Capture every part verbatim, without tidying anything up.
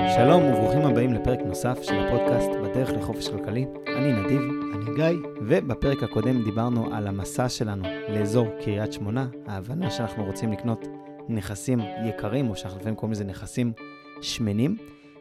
שלום וברוכים הבאים לפרק נוסף של הפודקאסט בדרך לחופש כלכלי. אני נדיב. אני גיא. ובפרק הקודם דיברנו על המסע שלנו לאזור קריית שמונה, ההבנה שאנחנו רוצים לקנות נכסים יקרים, או שאנחנו לפעמים קוראים לזה נכסים שמנים.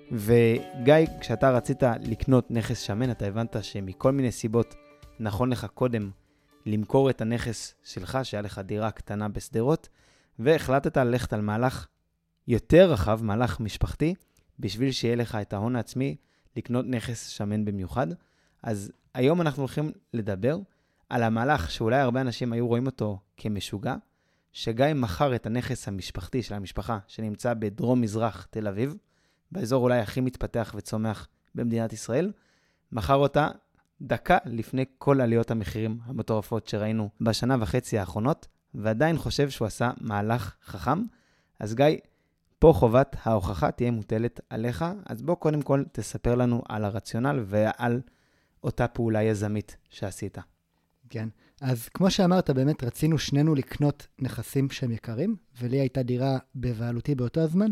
וגיא, כשאתה רצית לקנות נכס שמן, אתה הבנת שמכל מיני סיבות נכון לך קודם למכור את הנכס שלך, שהיה לך דירה קטנה בסדרות, והחלטת ללכת על מהלך יותר רחב, מהלך משפחתי, בשביל שיהיה לך את ההון העצמי לקנות נכס שמן במיוחד. אז היום אנחנו הולכים לדבר על המהלך שאולי הרבה אנשים היו רואים אותו כמשוגע, שגיא מכר את הנכס המשפחתי של המשפחה שנמצא בדרום מזרח תל אביב, באזור אולי הכי מתפתח וצומח במדינת ישראל, מכר אותה דקה לפני כל עליות המחירים המטורפות שראינו בשנה וחצי האחרונות, ועדיין חושב שהוא עשה מהלך חכם. אז גיא, פה חובת ההוכחה תהיה מוטלת עליך, אז בוא קודם כל תספר לנו על הרציונל ועל אותה פעולה יזמית שעשית. כן, אז כמו שאמרת, באמת רצינו שנינו לקנות נכסים שהם יקרים, ולי הייתה דירה בבעלותי באותו הזמן,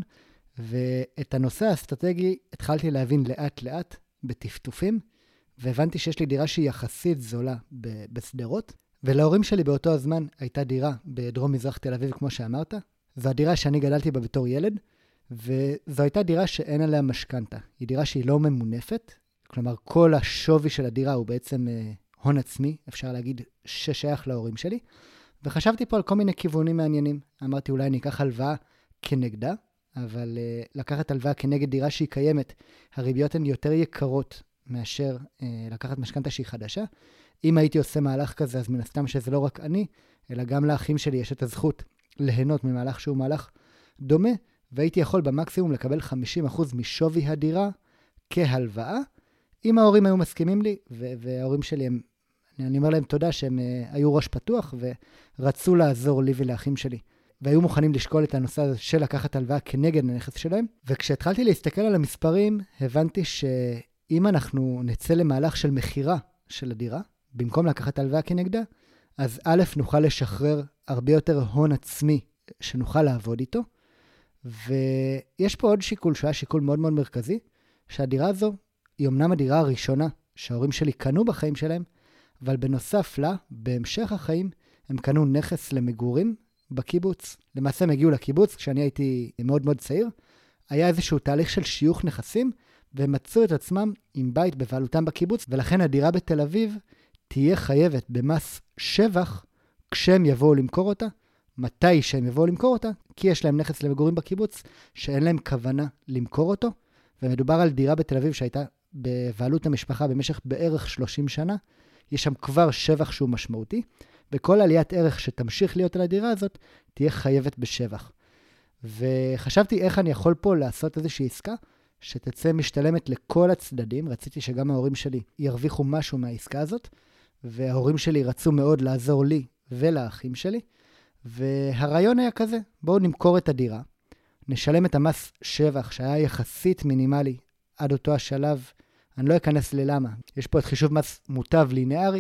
ואת הנושא האסטרטגי התחלתי להבין לאט לאט בטפטופים, והבנתי שיש לי דירה שהיא יחסית זולה בסדרות, ולהורים שלי באותו הזמן הייתה דירה בדרום מזרח תל אביב, כמו שאמרת. זו הדירה שאני גדלתי בה בתור ילד, וזו הייתה דירה שאין עליה משכנתה. היא דירה שהיא לא ממונפת, כלומר כל השווי של הדירה הוא בעצם אה, הון עצמי, אפשר להגיד ששייך להורים שלי, וחשבתי פה על כל מיני כיוונים מעניינים. אמרתי אולי אני אקח הלוואה כנגדה, אבל אה, לקחת הלוואה כנגד דירה שהיא קיימת, הריביות הן יותר יקרות מאשר אה, לקחת משכנתה שהיא חדשה. אם הייתי עושה מהלך כזה, אז מן הסתם שזה לא רק אני, אלא גם לאחים שלי יש את הזכות ליהנות ממהלך שהוא מהלך דומה, והייתי יכול במקסימום לקבל חמישים אחוז משווי הדירה כהלוואה, אם ההורים היו מסכימים לי, וההורים שלי, הם, אני אומר להם תודה שהם uh, היו ראש פתוח, ורצו לעזור לי ולאחים שלי, והיו מוכנים לשקול את הנושא הזה של לקחת הלוואה כנגד הנכס שלהם. וכשהתחלתי להסתכל על המספרים, הבנתי שאם אנחנו נצא למהלך של מחירה של הדירה, במקום לקחת הלוואה כנגדה, אז א', נוכל לשחרר הרבה יותר הון עצמי שנוכל לעבוד איתו, ויש פה עוד שיקול שהיה שיקול מאוד מאוד מרכזי, שהדירה הזו היא אמנם הדירה הראשונה שההורים שלי קנו בחיים שלהם, אבל בנוסף לה, בהמשך החיים, הם קנו נכס למגורים בקיבוץ. למעשה הם הגיעו לקיבוץ כשאני הייתי מאוד מאוד צעיר, היה איזשהו תהליך של שיוך נכסים, והם מצאו את עצמם עם בית בבעלותם בקיבוץ, ולכן הדירה בתל אביב תהיה חייבת במס שבח כשהם יבואו למכור אותה. מתי שהם יבואו למכור אותה? כי יש להם נכס למגורים בקיבוץ שאין להם כוונה למכור אותו, ומדובר על דירה בתל אביב שהייתה בבעלות המשפחה במשך בערך שלושים שנה. יש שם כבר שבח שהוא משמעותי, וכל עליית ערך שתמשיך להיות על הדירה הזאת תהיה חייבת בשבח. וחשבתי איך אני יכול פה לעשות איזושהי עסקה שתצא משתלמת לכל הצדדים. רציתי שגם ההורים שלי ירוויחו משהו מהעסקה הזאת, וההורים שלי רצו מאוד לעזור לי ולאחים שלי, והרעיון היה כזה, בואו נמכור את הדירה, נשלם את המס שבח שהיה יחסית מינימלי עד אותו השלב, אני לא אכנס ללמה, יש פה את חישוב מס מוטב לינארי,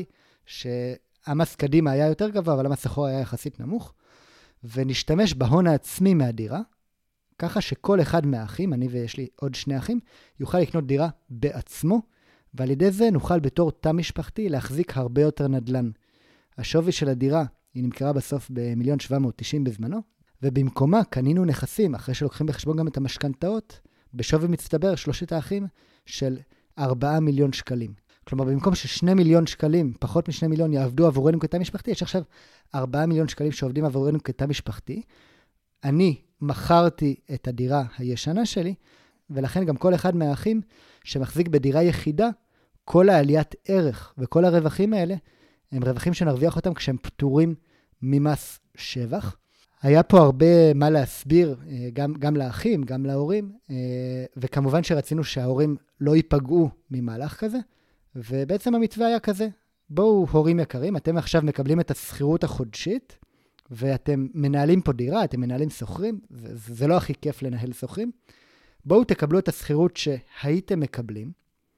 שהמס קדימה היה יותר גבוה, אבל המס אחורה היה יחסית נמוך, ונשתמש בהון העצמי מהדירה, ככה שכל אחד מהאחים, אני ויש לי עוד שני אחים, יוכל לקנות דירה בעצמו, ועל ידי זה נוכל בתור תא משפחתי להחזיק הרבה יותר נדל"ן. השווי של הדירה היא נמכרה בסוף במיליון שבע מאות תשעים בזמנו, ובמקומה קנינו נכסים, אחרי שלוקחים בחשבון גם את המשכנתאות, בשווי מצטבר שלושת האחים של ארבעה מיליון שקלים. כלומר, במקום ששני מיליון שקלים, פחות משני מיליון, יעבדו עבורנו כתא משפחתי, יש עכשיו ארבעה מיליון שקלים שעובדים עבורנו כתא משפחתי. אני מכרתי את הדירה הישנה שלי, ולכן גם כל אחד מהאחים שמחזיק בדירה יחידה, כל העליית ערך וכל הרווחים האלה, הם רווחים שנרוויח אותם כשהם פטורים ממס שבח. היה פה הרבה מה להסביר, גם, גם לאחים, גם להורים, וכמובן שרצינו שההורים לא ייפגעו ממהלך כזה, ובעצם המתווה היה כזה, בואו הורים יקרים, אתם עכשיו מקבלים את הסחירות החודשית, ואתם מנהלים פה דירה, אתם מנהלים סוחרים, זה, זה לא הכי כיף לנהל סוחרים, בואו תקבלו את הסחירות שהייתם מקבלים,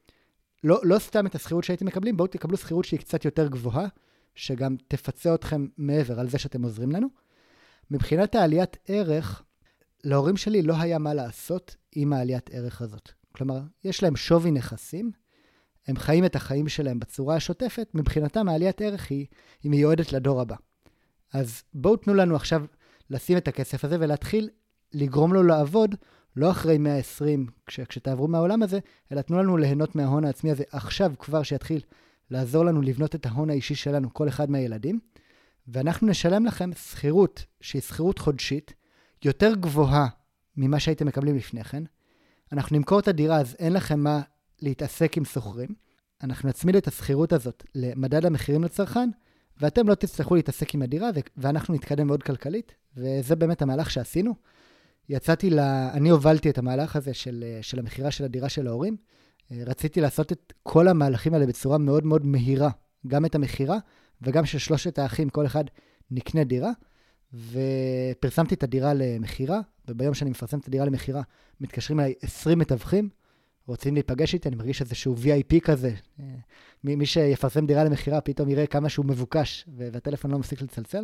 לא, לא סתם את הסחירות שהייתם מקבלים, בואו תקבלו סחירות שהיא קצת יותר גבוהה, שגם תפצה אתכם מעבר על זה שאתם עוזרים לנו. מבחינת העליית ערך, להורים שלי לא היה מה לעשות עם העליית ערך הזאת. כלומר, יש להם שווי נכסים, הם חיים את החיים שלהם בצורה השוטפת, מבחינתם העליית ערך היא, היא מיועדת לדור הבא. אז בואו תנו לנו עכשיו לשים את הכסף הזה ולהתחיל לגרום לו לעבוד, לא אחרי מאה ועשרים כש, כשתעברו מהעולם הזה, אלא תנו לנו ליהנות מההון העצמי הזה עכשיו כבר שיתחיל לעזור לנו לבנות את ההון האישי שלנו, כל אחד מהילדים, ואנחנו נשלם לכם שכירות, שהיא שכירות חודשית, יותר גבוהה ממה שהייתם מקבלים לפני כן. אנחנו נמכור את הדירה, אז אין לכם מה להתעסק עם סוחרים. אנחנו נצמיד את השכירות הזאת למדד המחירים לצרכן, ואתם לא תצטרכו להתעסק עם הדירה, ואנחנו נתקדם מאוד כלכלית, וזה באמת המהלך שעשינו. יצאתי ל... אני הובלתי את המהלך הזה של, של המחירה של הדירה של ההורים. רציתי לעשות את כל המהלכים האלה בצורה מאוד מאוד מהירה, גם את המחירה, וגם של שלושת האחים, כל אחד נקנה דירה, ופרסמתי את הדירה למחירה, וביום שאני מפרסם את הדירה למחירה, מתקשרים אליי עשרים מתווכים, רוצים להיפגש איתי, אני מרגיש איזשהו וי איי פי כזה. מי שיפרסם דירה למחירה, פתאום יראה כמה שהוא מבוקש, והטלפון לא מפסיק לצלצל.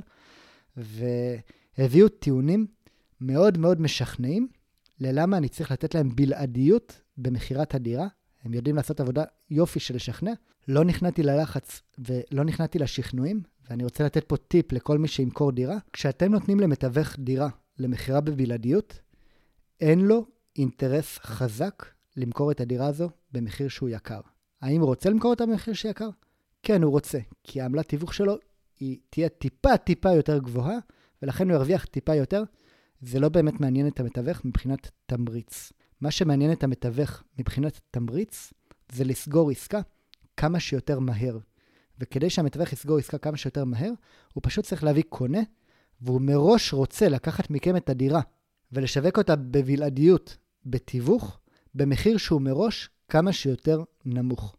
והביאו טיעונים מאוד מאוד משכנעים, ללמה אני צריך לתת להם בלעדיות במחירת הדירה. הם יודעים לעשות עבודה יופי של לשכנע. לא נכנעתי ללחץ ולא נכנעתי לשכנועים, ואני רוצה לתת פה טיפ לכל מי שימכור דירה. כשאתם נותנים למתווך דירה למחירה בבלעדיות, אין לו אינטרס חזק למכור את הדירה הזו במחיר שהוא יקר. האם הוא רוצה למכור אותה במחיר שיקר? כן, הוא רוצה, כי העמלת תיווך שלו היא תהיה טיפה טיפה יותר גבוהה, ולכן הוא ירוויח טיפה יותר. זה לא באמת מעניין את המתווך מבחינת תמריץ. מה שמעניין את המתווך מבחינת תמריץ, זה לסגור עסקה כמה שיותר מהר. וכדי שהמתווך יסגור עסקה כמה שיותר מהר, הוא פשוט צריך להביא קונה, והוא מראש רוצה לקחת מכם את הדירה, ולשווק אותה בבלעדיות, בתיווך, במחיר שהוא מראש כמה שיותר נמוך.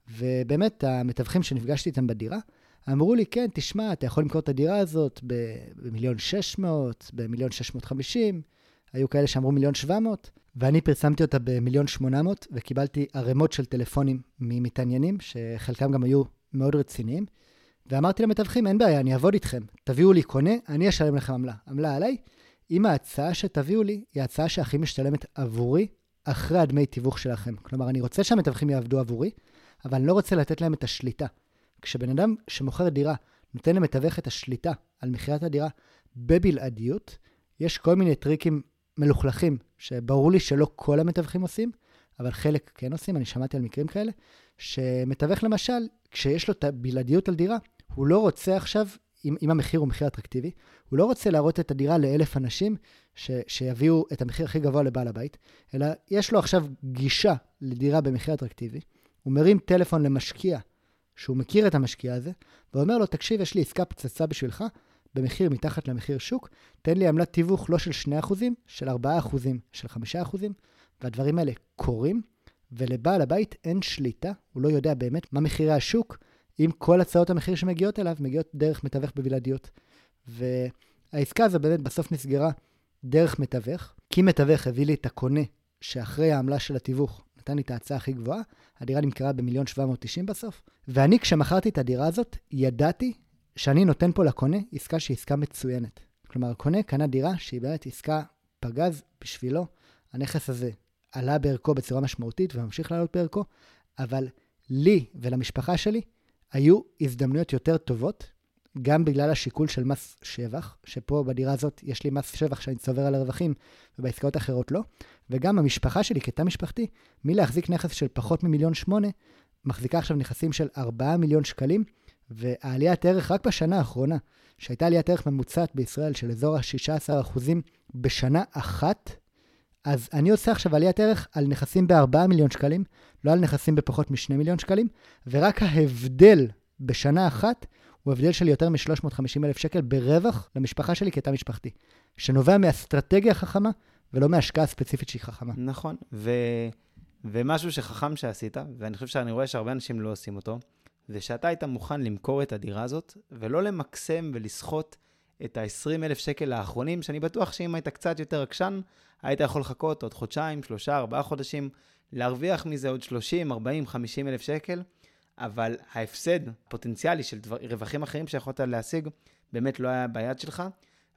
ובאמת, המתווכים שנפגשתי איתם בדירה, אמרו לי, כן, תשמע, אתה יכול למכור את הדירה הזאת במיליון שש מאות, במיליון שש מאות חמישים, היו כאלה שאמרו מיליון שבע מאות, ואני פרסמתי אותה במיליון שמונה מאות, וקיבלתי ערימות של טלפונים ממתעניינים, שחלקם גם היו מאוד רציניים, ואמרתי למתווכים, אין בעיה, אני אעבוד איתכם, תביאו לי קונה, אני אשלם לכם עמלה. עמלה עליי, אם ההצעה שתביאו לי, היא ההצעה שהכי משתלמת עבורי, אחרי הדמי תיווך שלכם. כלומר, אני רוצה שהמתווכים יעבדו עבורי, אבל אני לא רוצה לתת להם את השליטה. כשבן אדם שמוכר דירה, נותן למתווך את השליטה על מחירת הדירה בבלעדיות, יש כל מיני טריקים מלוכלכים, שברור לי שלא כל המתווכים עושים, אבל חלק כן עושים, אני שמעתי על מקרים כאלה, שמתווך למשל, כשיש לו את הבלעדיות על דירה, הוא לא רוצה עכשיו, אם, אם המחיר הוא מחיר אטרקטיבי, הוא לא רוצה להראות את הדירה לאלף אנשים, ש, שיביאו את המחיר הכי גבוה לבעל הבית, אלא יש לו עכשיו גישה לדירה במחיר אטרקטיבי, הוא מרים טלפון למשקיע, שהוא מכיר את המשקיע הזה, ואומר לו, תקשיב, יש לי עסקה פצצה בשבילך, במחיר מתחת למחיר שוק, תן לי עמלת תיווך לא של שני אחוזים, של ארבעה אחוזים, של חמישה אחוזים, והדברים האלה קורים, ולבעל הבית אין שליטה, הוא לא יודע באמת מה מחירי השוק, אם כל הצעות המחיר שמגיעות אליו, מגיעות דרך מתווך בבלעדיות. והעסקה הזו באמת בסוף נסגרה דרך מתווך, כי מתווך הביא לי את הקונה, שאחרי העמלה של התיווך, נתן לי את ההצעה הכי גבוהה, הדירה נמכרה במיליון שבע מאות תשעים בסוף, ואני כשמכרתי את הדירה הזאת, ידעתי שאני נותן פה לקונה עסקה שהיא עסקה מצוינת. כלומר, הקונה קנה דירה שהיא באמת עסקה פגז בשבילו, הנכס הזה עלה בערכו בצורה משמעותית וממשיך לעלות בערכו, אבל לי ולמשפחה שלי היו הזדמנויות יותר טובות, גם בגלל השיקול של מס שבח, שפה בדירה הזאת יש לי מס שבח שאני צובר על הרווחים, ובעסקאות אחרות לא, וגם המשפחה שלי, כתא משפחתי, מלהחזיק נכס של פחות ממיליון שמונה, מחזיקה עכשיו נכסים של ארבעה מיליון שקלים, והעליית ערך רק בשנה האחרונה, שהייתה עליית ערך ממוצעת בישראל של אזור ה-שישה עשר אחוזים בשנה אחת, אז אני עושה עכשיו עליית ערך על נכסים ב-ארבעה מיליון שקלים, לא על נכסים בפחות מ-שני מיליון שקלים, ורק ההבדל בשנה אחת הוא הבדל של יותר מ-שלוש מאות וחמישים אלף שקל ברווח למשפחה שלי כתא משפחתי, שנובע מאסטרטגיה חכמה ולא מהשקעה ספציפית שהיא חכמה. נכון, ו... ומשהו שחכם שעשית, ואני חושב שאני רואה שהרבה אנשים לא עושים אותו, זה שאתה היית מוכן למכור את הדירה הזאת, ולא למקסם ולסחוט את ה-עשרים אלף שקל האחרונים, שאני בטוח שאם היית קצת יותר עקשן, היית יכול לחכות עוד חודשיים, שלושה, ארבעה חודשים, להרוויח מזה עוד שלושים, ארבעים, חמישים אלף שקל, אבל ההפסד פוטנציאלי של דבר, רווחים אחרים שיכולת להשיג, באמת לא היה ביד שלך,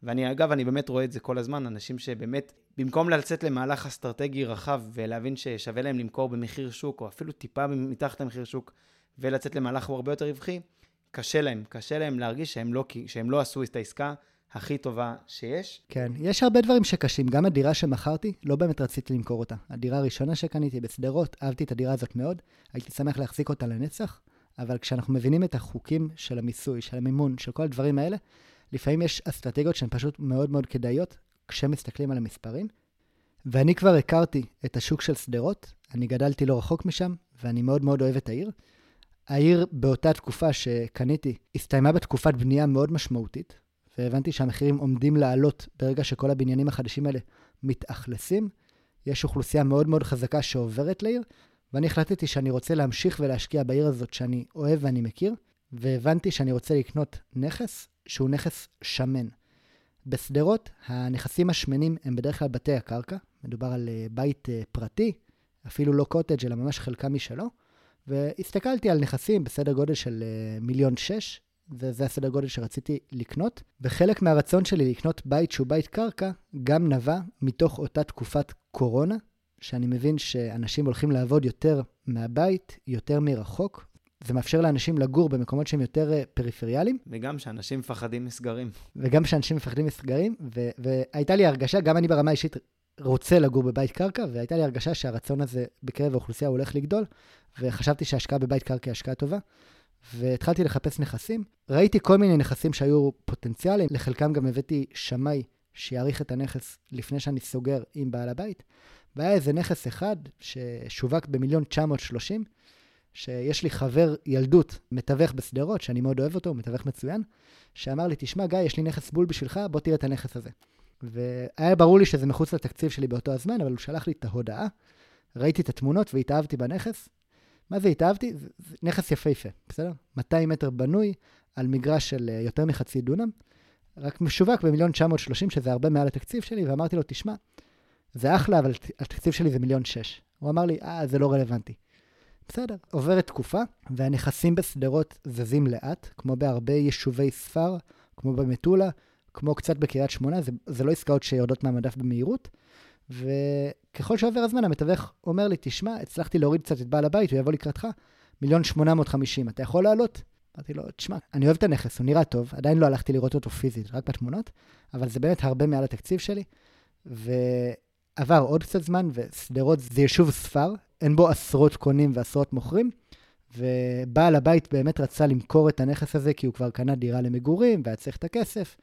ואני, אגב, אני באמת רואה את זה כל הזמן, אנשים שבאמת, במקום לצאת למהלך אסטרטגי רחב, ולהבין ששווה להם למכור במחיר שוק, או אפילו טיפה מתחת למחיר שוק, ולצאת למהלך הוא הרבה יותר רווחי, קשה להם, קשה להם להרגיש שהם לא, שהם לא עשו את העסקה הכי טובה שיש. כן, יש הרבה דברים שקשים. גם הדירה שמכרתי, לא באמת רציתי למכור אותה. הדירה הראשונה שקניתי בסדרות, אהבתי את הדירה הזאת מאוד, הייתי שמח להחזיק אותה לנצח, אבל כשאנחנו מבינים את החוקים של המיסוי, של המימון, של כל הדברים האלה, לפעמים יש אסטרטגיות שהן פשוט מאוד מאוד כדאיות, כשמסתכלים על המספרים. ואני כבר הכרתי את השוק של סדרות, אני גדלתי לא רחוק משם, ואני מאוד מאוד אוהב את העיר. העיר באותה תקופה שקניתי, הסתיימה בתקופת בנייה מאוד משמעותית, והבנתי שהמחירים עומדים לעלות ברגע שכל הבניינים החדשים האלה מתאכלסים. יש אוכלוסייה מאוד מאוד חזקה שעוברת לעיר, ואני החלטתי שאני רוצה להמשיך ולהשקיע בעיר הזאת שאני אוהב ואני מכיר, והבנתי שאני רוצה לקנות נכס שהוא נכס שמן. בסדרות, הנכסים השמנים הם בדרך כלל בתי הקרקע, מדובר על בית פרטי, אפילו לא קוטג' אלא ממש חלקה משלו, והסתכלתי על נכסים בסדר גודל של מיליון שש, וזה הסדר גודל שרציתי לקנות, וחלק מהרצון שלי לקנות בית שהוא בית קרקע, גם נבע מתוך אותה תקופת קורונה, שאני מבין שאנשים הולכים לעבוד יותר מהבית, יותר מרחוק, זה מאפשר לאנשים לגור במקומות שהם יותר פריפריאליים. וגם שאנשים מפחדים מסגרים. וגם שאנשים מפחדים מסגרים, ו- והייתה לי הרגשה, גם אני ברמה אישית רוצה לגור בבית קרקע, והייתה לי הרגשה שהרצון הזה בקרב האוכלוסייה הולך לגדול, וחשבתי שההשקעה בבית קרקע היא השקעה טובה, והתחלתי לחפש נכסים. ראיתי כל מיני נכסים שהיו פוטנציאליים, לחלקם גם הבאתי שמאי שיעריך את הנכס לפני שאני סוגר עם בעל הבית, והיה איזה נכס אחד ששווק במיליון תשע מאות ושלושים, שיש לי חבר ילדות מתווך בסדרות, שאני מאוד אוהב אותו, הוא מתווך מצוין, שאמר לי, תשמע גיא, יש לי נכס בול בשבילך, בוא תראה את הנכס הזה. והיה ברור לי שזה מחוץ לתקציב שלי באותו הזמן, אבל הוא שלח לי את ההודעה, ראיתי את התמונות והתאהבתי בנכס. מה זה התאהבתי? זה נכס יפהפה, בסדר? מאתיים מטר בנוי על מגרש של יותר מחצי דונם, רק משווק במיליון תשע מאות ושלושים, שזה הרבה מעל התקציב שלי, ואמרתי לו, תשמע, זה אחלה, אבל התקציב שלי זה מיליון שש. הוא אמר לי, אה, זה לא רלוונטי. בסדר, עוברת תקופה, והנכסים בסדרות זזים לאט, כמו בהרבה יישובי ספר, כמו במטולה, כמו קצת בקריית שמונה, זה, זה לא עסקאות שיורדות מהמדף במהירות, וככל שעובר הזמן, המתווך אומר לי, תשמע, הצלחתי להוריד קצת את בעל הבית, הוא יבוא לקראתך, מיליון שמונה מאות וחמישים, אתה יכול לעלות? אמרתי לו, תשמע, אני אוהב את הנכס, הוא נראה טוב, עדיין לא הלכתי לראות אותו פיזית, רק בתמונות, אבל זה באמת הרבה מעל התקציב שלי, ועבר עוד קצת זמן, וסדרות זה יישוב ספר, אין בו עשרות קונים ועשרות מוכרים, ובעל הבית באמת רצה למכור את הנכס הזה, כי הוא כבר קנה דירה למגורים, והיה צריך את הכסף,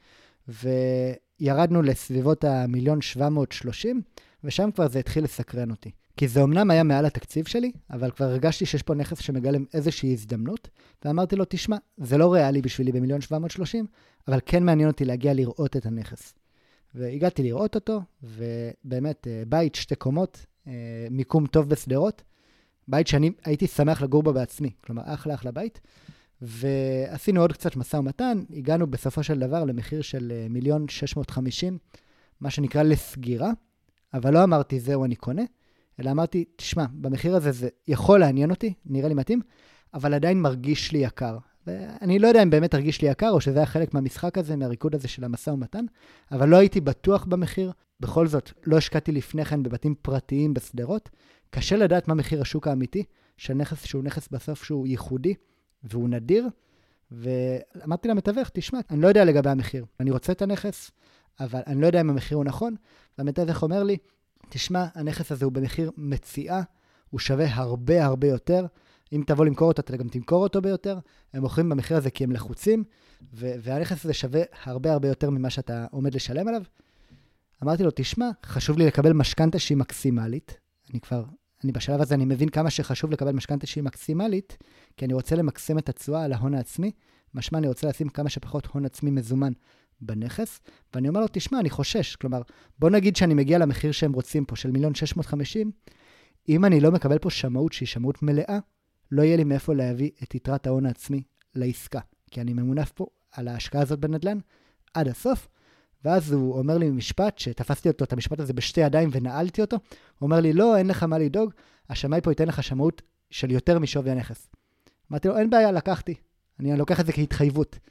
וירדנו לסביבות המיליון שבע מאות ושלושים, ושם כבר זה התחיל לסקרן אותי. כי זה אומנם היה מעל התקציב שלי, אבל כבר הרגשתי שיש פה נכס שמגלם איזושהי הזדמנות, ואמרתי לו, תשמע, זה לא ריאלי בשבילי במיליון שבע מאות ושלושים, אבל כן מעניין אותי להגיע לראות את הנכס. והגעתי לראות אותו, ובאמת בית שתי קומות, מיקום טוב בסדרות, בית שאני הייתי שמח לגור בו בעצמי, כלומר אחלה אחלה בית, ועשינו עוד קצת מסע ומתן, הגענו בסופו של דבר למחיר של מיליון שש מאות וחמישים, מה שנקרא לסגירה, אבל לא אמרתי זהו אני קונה, אלא אמרתי, תשמע, במחיר הזה זה יכול לעניין אותי, נראה לי מתאים, אבל עדיין מרגיש לי יקר. ואני לא יודע אם באמת הרגיש לי יקר, או שזה היה חלק מהמשחק הזה, מהריקוד הזה של המסע ומתן, אבל לא הייתי בטוח במחיר. בכל זאת, לא השקעתי לפני כן בבתים פרטיים בסדרות. קשה לדעת מה מחיר השוק האמיתי, של נכס שהוא נכס בסוף שהוא ייחודי, והוא נדיר. ואמרתי למתווך, תשמע, אני לא יודע לגבי המחיר. אני רוצה את הנכס, אבל אני לא יודע אם המחיר הוא נכון. והמתווך אומר לי, תשמע, הנכס הזה הוא במחיר מציאה, הוא שווה הרבה הרבה יותר. אם תבוא למכור אותו, אתה גם תמכור אותו ביותר. הם מוכרים במחיר הזה כי הם לחוצים, והנכס הזה שווה הרבה הרבה יותר ממה שאתה עומד לשלם עליו. אמרתי לו, תשמע, חשוב לי לקבל משכנתה שהיא מקסימלית. אני כבר, אני בשלב הזה, אני מבין כמה שחשוב לקבל משכנתה שהיא מקסימלית, כי אני רוצה למקסם את התשואה על ההון העצמי. משמע, אני רוצה לשים כמה שפחות הון עצמי מזומן בנכס, ואני אומר לו, תשמע, אני חושש. כלומר, בוא נגיד שאני מגיע למחיר שהם רוצים פה, של מיליון שש מאות וחמישים, אם אני לא מקבל פה שמאות שהיא שמאות מלאה, לא יהיה לי מאיפה להביא את יתרת ההון העצמי לעסקה, כי אני ממונף פה על ההשקעה הזאת בנדלן עד הסוף, ואז הוא אומר לי משפט, שתפסתי אותו, את המשפט הזה בשתי ידיים ונעלתי אותו, הוא אומר לי, לא, אין לך מה לדאוג, השמאי פה ייתן לך שמאות של יותר משווי הנכס. אמרתי לו, אין בעיה, לקחתי, אני לוקח את זה כהתחייבות.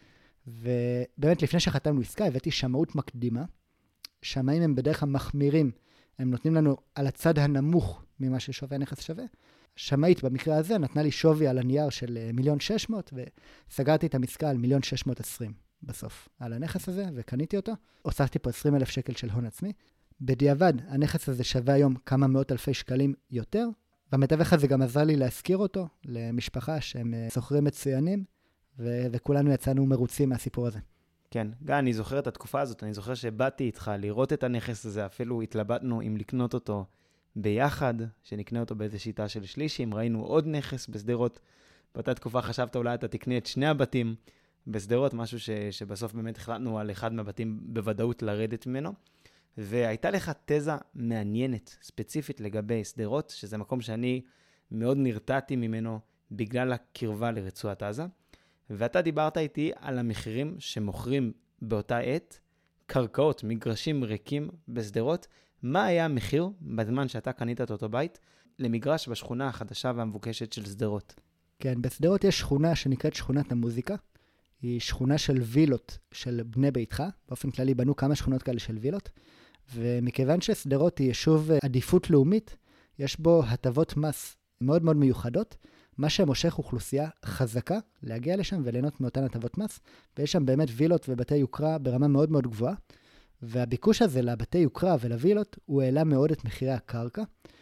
ובאמת לפני שחתמנו עסקה, הבאתי שמאות מקדימה. שמאים הם בדרך כלל מחמירים, הם נותנים לנו על הצד הנמוך ממה ששווי הנכס שווה. שמאית במקרה הזה נתנה לי שווי על הנייר של מיליון שש מאות, וסגרתי את המסקה על מיליון שש מאות עשרים בסוף על הנכס הזה, וקניתי אותו. הוספתי פה עשרים אלף שקל של הון עצמי. בדיעבד, הנכס הזה שווה היום כמה מאות אלפי שקלים יותר, והמתווך הזה גם עזר לי להזכיר אותו למשפחה שהם סוחרים מצוינים, ו- וכולנו יצאנו מרוצים מהסיפור הזה. כן, גם אני זוכר את התקופה הזאת, אני זוכר שבאתי איתך לראות את הנכס הזה, אפילו התלבטנו אם לקנות אותו ביחד, שנקנה אותו באיזו שיטה של שלישים, ראינו עוד נכס בסדרות, באותה תקופה חשבת אולי אתה תקנה את שני הבתים בסדרות, משהו ש- שבסוף באמת החלטנו על אחד מהבתים בוודאות לרדת ממנו, והייתה לך תזה מעניינת, ספציפית לגבי סדרות, שזה מקום שאני מאוד נרתעתי ממנו בגלל הקרבה לרצועת עזה, ואתה דיברת איתי על המחירים שמוכרים באותה עת, קרקעות, מגרשים ריקים בסדרות. מה היה המחיר בזמן שאתה קנית את אותו בית למגרש בשכונה החדשה והמבוקשת של סדרות? כן, בסדרות יש שכונה שנקראת שכונת המוזיקה. היא שכונה של וילות של בני ביתך. באופן כללי בנו כמה שכונות כאלה של וילות. ומכיוון שסדרות היא יישוב עדיפות לאומית, יש בו הטבות מס מאוד מאוד מיוחדות, מה שמושך אוכלוסייה חזקה להגיע לשם וליהנות מאותן הטבות מס, ויש שם באמת וילות ובתי יוקרה ברמה מאוד מאוד גבוהה, והביקוש הזה לבתי יוקרה ולווילות הוא העלה מאוד את מחירי הקרקע,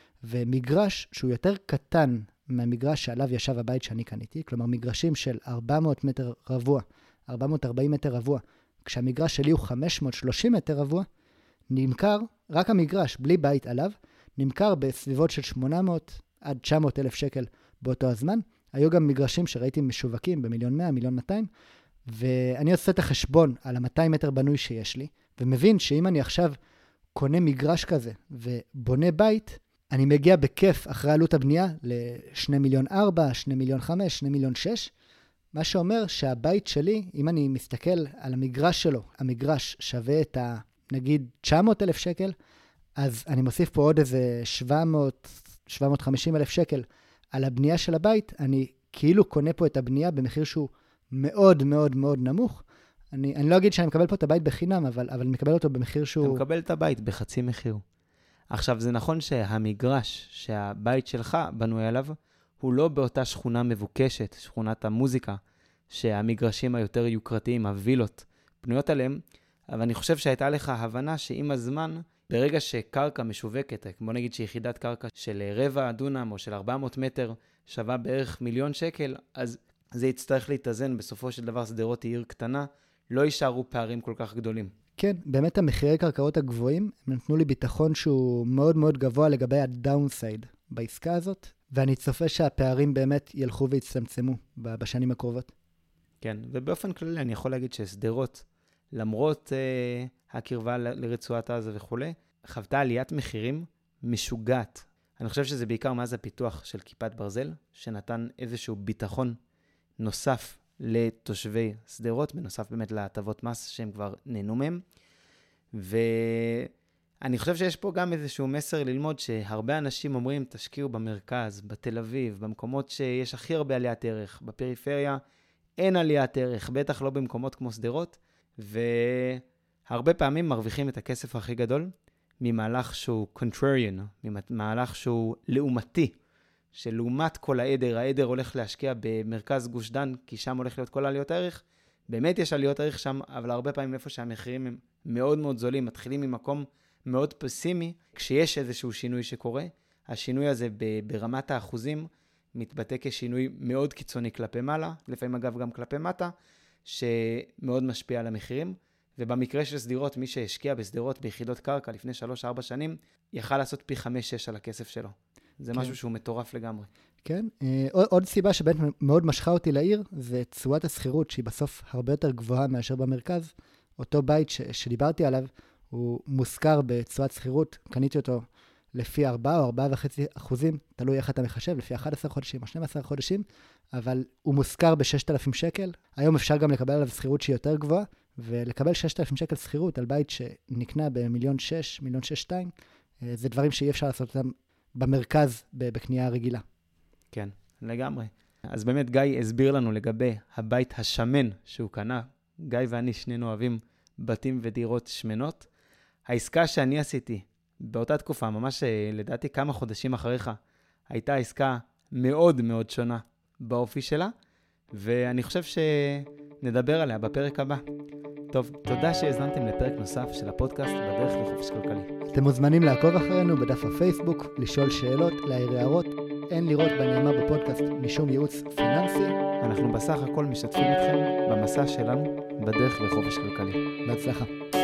ומגרש שהוא יותר קטן מהמגרש שעליו ישב הבית שאני קניתי, כלומר מגרשים של ארבע מאות מטר רבוע, ארבע מאות וארבעים מטר רבוע, כשהמגרש שלי הוא חמש מאות ושלושים מטר רבוע, נמכר, רק המגרש, בלי בית עליו, נמכר בסביבות של שמונה מאות עד תשע מאות אלף שקל באותו הזמן. היו גם מגרשים שראיתי משווקים במיליון מאה, מיליון מאתיים, ואני עושה את החשבון על ה-מאתיים מטר בנוי שיש לי, ומבין שאם אני עכשיו קונה מגרש כזה ובונה בית, אני מגיע בכיף אחרי עלות הבנייה ל-שני מיליון ארבע, שני מיליון חמש, שני מיליון שש, מה שאומר שהבית שלי, אם אני מסתכל על המגרש שלו, המגרש שווה את ה... נגיד תשע מאות אלף שקל, אז אני מוסיף פה עוד איזה שבע מאות, שבע מאות וחמישים אלף שקל על הבנייה של הבית, אני כאילו קונה פה את הבנייה במחיר שהוא מאוד מאוד מאוד נמוך. אני, אני לא אגיד שאני מקבל פה את הבית בחינם, אבל, אבל אני מקבל אותו במחיר שהוא... אתה מקבל את הבית בחצי מחיר. עכשיו, זה נכון שהמגרש שהבית שלך בנוי עליו, הוא לא באותה שכונה מבוקשת, שכונת המוזיקה, שהמגרשים היותר יוקרתיים, הווילות, בנויות עליהם, אבל אני חושב שהייתה לך הבנה שעם הזמן, ברגע שקרקע משווקת, כמו נגיד שיחידת קרקע של רבע דונם או של ארבע מאות מטר שווה בערך מיליון שקל, אז זה יצטרך להתאזן. בסופו של דבר סדרות היא עיר קטנה, לא יישארו פערים כל כך גדולים. כן, באמת המחירי קרקעות הגבוהים, הם נתנו לי ביטחון שהוא מאוד מאוד גבוה לגבי הדאונסייד בעסקה הזאת, ואני צופה שהפערים באמת ילכו והצטמצמו בשנים הקרובות. כן, ובאופן כללי אני יכול להגיד שסדרות, למרות uh, הקרבה ל- לרצועת עזה וכו', חוותה עליית מחירים משוגעת. אני חושב שזה בעיקר מאז הפיתוח של כיפת ברזל, שנתן איזשהו ביטחון נוסף לתושבי סדרות, בנוסף באמת להטבות מס שהם כבר נהנו מהם. ואני חושב שיש פה גם איזשהו מסר ללמוד שהרבה אנשים אומרים, תשקיעו במרכז, בתל אביב, במקומות שיש הכי הרבה עליית ערך. בפריפריה אין עליית ערך, בטח לא במקומות כמו סדרות, והרבה פעמים מרוויחים את הכסף הכי גדול ממהלך שהוא contrarian, ממהלך שהוא לעומתי, שלעומת כל העדר, העדר הולך להשקיע במרכז גוש דן, כי שם הולך להיות כל עליות הערך. באמת יש עליות ערך שם, אבל הרבה פעמים איפה שהמחירים הם מאוד מאוד זולים, מתחילים ממקום מאוד פסימי. כשיש איזשהו שינוי שקורה, השינוי הזה ברמת האחוזים מתבטא כשינוי מאוד קיצוני כלפי מעלה, לפעמים אגב גם כלפי מטה, שמאוד משפיע על המחירים. ובמקרה של סדירות, מי שהשקיע בסדירות ביחידות קרקע לפני שלוש ארבע שנים, יכל לעשות פי חמש שש על הכסף שלו. זה כן. משהו שהוא מטורף לגמרי. כן. עוד, עוד סיבה שבאמת מאוד משכה אותי לעיר, זה תשואת הסחירות, שהיא בסוף הרבה יותר גבוהה מאשר במרכז. אותו בית ש, שדיברתי עליו, הוא מושכר בתשואת סחירות, קניתי אותו לפי ארבע או ארבע וחצי אחוזים, תלוי איך אתה מחשב, לפי אחד עשר חודשים או שנים עשר חודשים, אבל הוא מושכר ב-ששת אלפים שקל. היום אפשר גם לקבל עליו סחירות שהיא יותר גבוהה, ולקבל ששת אלפים שקל סחירות על בית שנקנה במיליון שש, מיליון שש שתיים, זה דברים שאי אפשר לעשות אותם במרכז בקנייה רגילה. כן, לגמרי. אז באמת גיא הסביר לנו לגבי הבית השמן שהוא קנה גיא ואני שנינו אוהבים בתים ודירות שמנות. העסקה שאני עשיתי באותה תקופה, ממש לדעתי כמה חודשים אחריך, הייתה עסקה מאוד מאוד שונה באופי שלה, ואני חושב שנדבר עליה בפרק הבא. טוב, תודה שהזנתם לפרק נוסף של הפודקאסט בדרך לחופש כלכלי. אתם מוזמנים לעקוב אחרינו בדף הפייסבוק, לשאול שאלות, להעיר הערות. אין לראות בנאמר בפודקאסט משום ייעוץ פיננסי. אנחנו בסך הכל משתפים אתכם במסע שלנו בדרך לחופש כלכלי. בהצלחה.